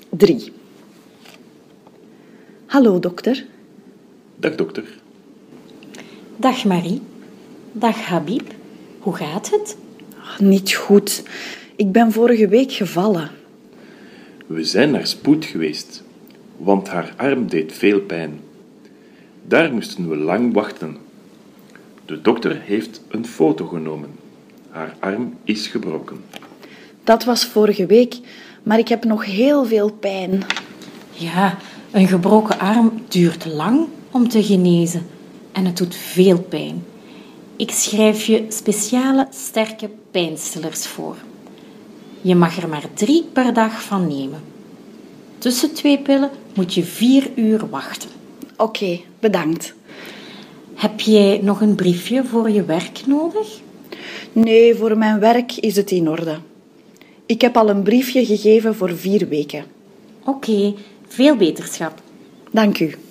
3. Hallo, dokter. Dag dokter. Dag Marie. Dag Habib. Hoe gaat het? Niet goed. Ik ben vorige week gevallen. We zijn naar spoed geweest, want haar arm deed veel pijn. Daar moesten we lang wachten. De dokter heeft een foto genomen. Haar arm is gebroken. Dat was vorige week, maar ik heb nog heel veel pijn. Ja, een gebroken arm duurt lang om te genezen en het doet veel pijn. Ik schrijf je speciale sterke pijnstillers voor. Je mag er maar 3 per dag van nemen. Tussen 2 pillen moet je 4 uur wachten. Oké, bedankt. Heb jij nog een briefje voor je werk nodig? Nee, voor mijn werk is het in orde. Ik heb al een briefje gegeven voor 4 weken. Oké, veel beterschap. Dank u.